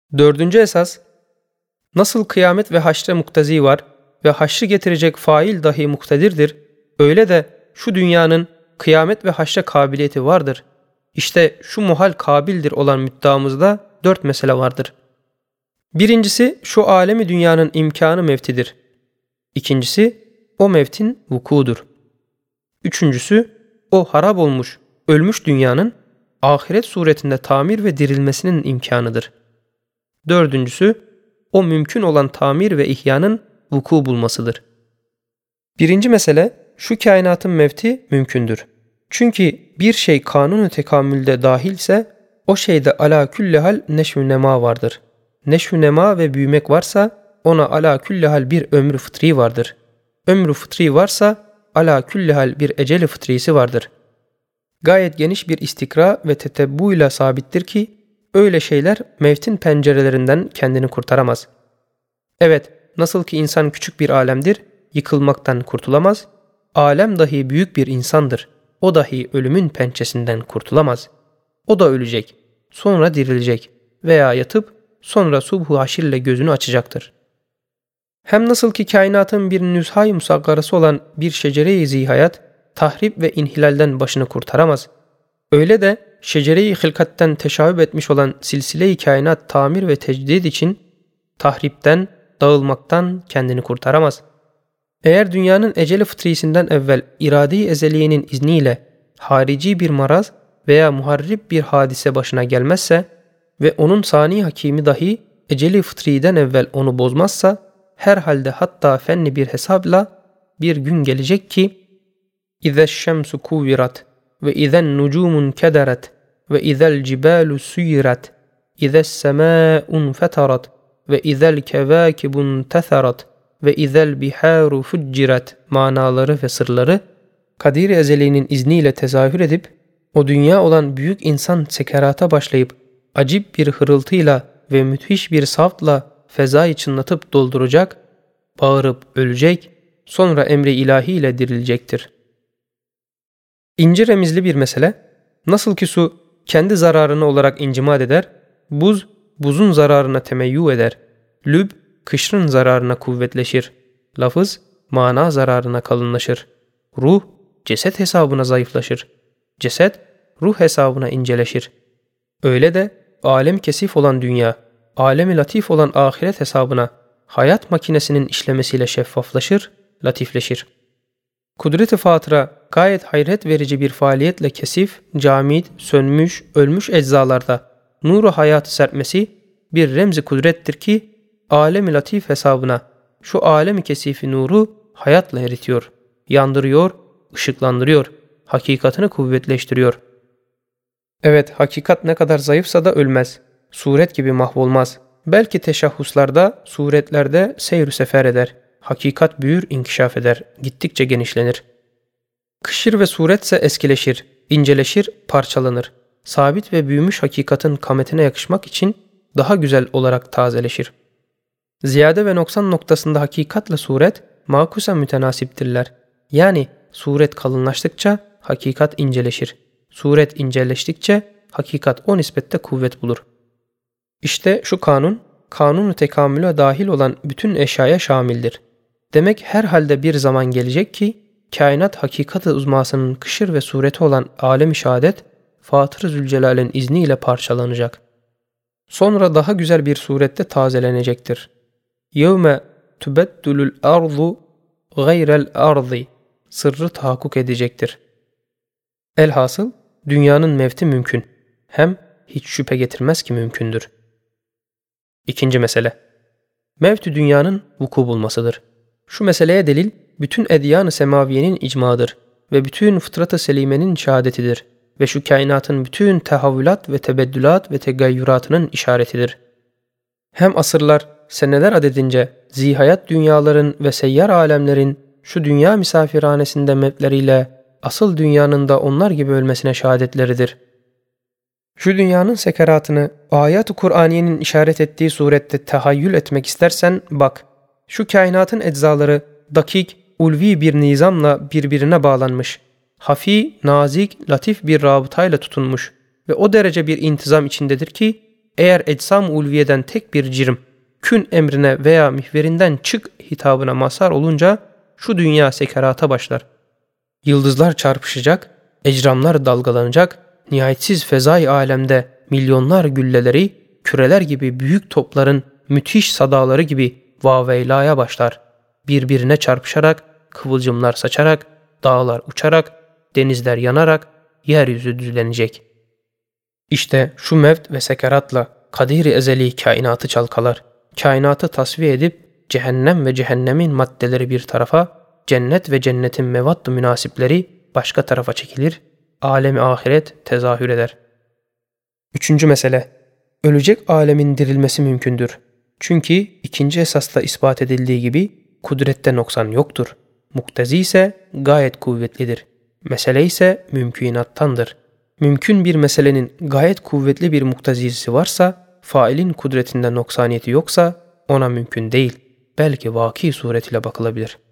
Dördüncü esas, nasıl kıyamet ve haşre muktazi var ve haşrı getirecek fail dahi muktedirdir, öyle de şu dünyanın kıyamet ve haşre kabiliyeti vardır. İşte şu muhal kabildir olan müddeamızda 4 mesele vardır. Birincisi şu alemi dünyanın imkanı mevtidir. İkincisi o mevtin vukudur. Üçüncüsü o harap olmuş, ölmüş dünyanın ahiret suretinde tamir ve dirilmesinin imkanıdır. Dördüncüsü o mümkün olan tamir ve ihyanın vuku bulmasıdır. Birinci mesele şu kainatın mevti mümkündür. Çünkü bir şey kanun-u tekamülde dahilse o şeyde ala külli hal neşv-ü nema vardır. Neşv-ü nema ve büyümek varsa ona ala külli hal bir ömrü fıtri vardır. Ömrü fıtri varsa ala külli hal bir eceli fıtrisi vardır. Gayet geniş bir istikra ve tetebbuyla sabittir ki öyle şeyler mevtin pencerelerinden kendini kurtaramaz. Evet, nasıl ki insan küçük bir alemdir, yıkılmaktan kurtulamaz, alem dahi büyük bir insandır. O dahi ölümün pençesinden kurtulamaz. O da ölecek, sonra dirilecek veya yatıp sonra subh-u haşirle gözünü açacaktır. Hem nasıl ki kainatın bir nüzhay musaggarası olan bir şecere-i zihayat, tahrip ve inhilalden başını kurtaramaz. Öyle de şecere-i hilkatten teşavüp etmiş olan silsile-i kainat tamir ve tecdid için tahripten, dağılmaktan kendini kurtaramaz. Eğer dünyanın eceli fıtrisinden evvel irade-i ezeliyenin izniyle harici bir maraz veya muharrip bir hadise başına gelmezse ve onun sani hakimi dahi eceli fıtriden evvel onu bozmazsa, herhalde hatta fenni bir hesapla bir gün gelecek ki İze'ş-şemsu kuvvirat ve ize'n-nucumun kederet ve ize'l-cibalu suyirat ize's-semâ'un fetarat ve ize'l-kevâkibun tetherat ve ize'l-biharu fuccirat manaları ve sırları Kadir-i Ezeli'nin izniyle tezahür edip o dünya olan büyük insan sekerata başlayıp acip bir hırıltıyla ve müthiş bir savtla fezayı çınlatıp dolduracak, bağırıp ölecek, sonra emri ilahi ile dirilecektir. İnce remizli bir mesele, nasıl ki su kendi zararına olarak incimat eder, buz buzun zararına temeyyü eder, lüb kışrın zararına kuvvetleşir, lafız mana zararına kalınlaşır, ruh ceset hesabına zayıflaşır, ceset ruh hesabına inceleşir. Öyle de alem kesif olan dünya, alemi latif olan ahiret hesabına hayat makinesinin işlemesiyle şeffaflaşır, latifleşir. Kudret-i fatıra gayet hayret verici bir faaliyetle kesif, camid, sönmüş, ölmüş eczalarda nur-u hayatı serpmesi bir remzi kudrettir ki alem-i latif hesabına şu alem-i kesifi nuru hayatla eritiyor, yandırıyor, ışıklandırıyor, hakikatını kuvvetleştiriyor. Evet, hakikat ne kadar zayıfsa da ölmez, suret gibi mahvolmaz. Belki teşahhuslarda, suretlerde seyr-ü sefer eder. Hakikat büyür, inkişaf eder, gittikçe genişlenir. Kışır ve suretse eskileşir, inceleşir, parçalanır. Sabit ve büyümüş hakikatin kametine yakışmak için daha güzel olarak tazeleşir. Ziyade ve noksan noktasında hakikatla suret makusen mütenasiptirler. Yani suret kalınlaştıkça hakikat inceleşir. Suret inceleştikçe hakikat o nispette kuvvet bulur. İşte şu kanun, kanun-u tekamüle dahil olan bütün eşyaya şamildir. Demek herhalde bir zaman gelecek ki, kainat hakikat-ı uzmasının kışır ve sureti olan alem-i şehadet, Fatır-ı Zülcelal'in izniyle parçalanacak. Sonra daha güzel bir surette tazelenecektir. يَوْمَ تُبَدُّلُ الْأَرْضُ غَيْرَ الْأَرْضِ sırrı tahakkuk edecektir. Elhasıl, dünyanın mevti mümkün. Hem hiç şüphe getirmez ki mümkündür. İkinci mesele. Mevt-ü dünyanın vuku bulmasıdır. Şu meseleye delil, bütün edyan-ı semaviyenin icmadır ve bütün fıtrat-ı selimenin şehadetidir ve şu kainatın bütün tehavvülat ve tebeddülat ve tegayyüratının işaretidir. Hem asırlar, seneler adedince zihayat dünyaların ve seyyar alemlerin şu dünya misafirhanesinde mevtleriyle asıl dünyanın da onlar gibi ölmesine şehadetleridir. Şu dünyanın sekeratını ayat-ı Kur'aniyenin işaret ettiği surette tahayyül etmek istersen bak, şu kainatın eczaları dakik, ulvi bir nizamla birbirine bağlanmış, hafi, nazik, latif bir rabıtayla tutunmuş ve o derece bir intizam içindedir ki Eğer eczam-ı ulviyeden tek bir cirim, kün emrine veya mihverinden çık hitabına mazhar olunca şu dünya sekerata başlar. Yıldızlar çarpışacak, ecramlar dalgalanacak, nihayetsiz fezai alemde milyonlar gülleleri, küreler gibi büyük topların müthiş sadaları gibi vaveylaya başlar. Birbirine çarpışarak, kıvılcımlar saçarak, dağlar uçarak, denizler yanarak, yeryüzü düzlenecek. İşte şu mevt ve sekeratla kadir-i ezeli kainatı çalkalar. Kainatı tasfiye edip cehennem ve cehennemin maddeleri bir tarafa, cennet ve cennetin mevadd-ı münasipleri başka tarafa çekilir, alemi ahiret tezahür eder. 3. mesele. Ölecek alemin dirilmesi mümkündür. Çünkü ikinci esasta ispat edildiği gibi kudrette noksan yoktur. Muktezi ise gayet kuvvetlidir. Mesele ise mümkünattandır. Mümkün bir meselenin gayet kuvvetli bir muktezisi varsa, failin kudretinde noksaniyeti yoksa ona mümkün değil, belki vaki suretiyle bakılabilir.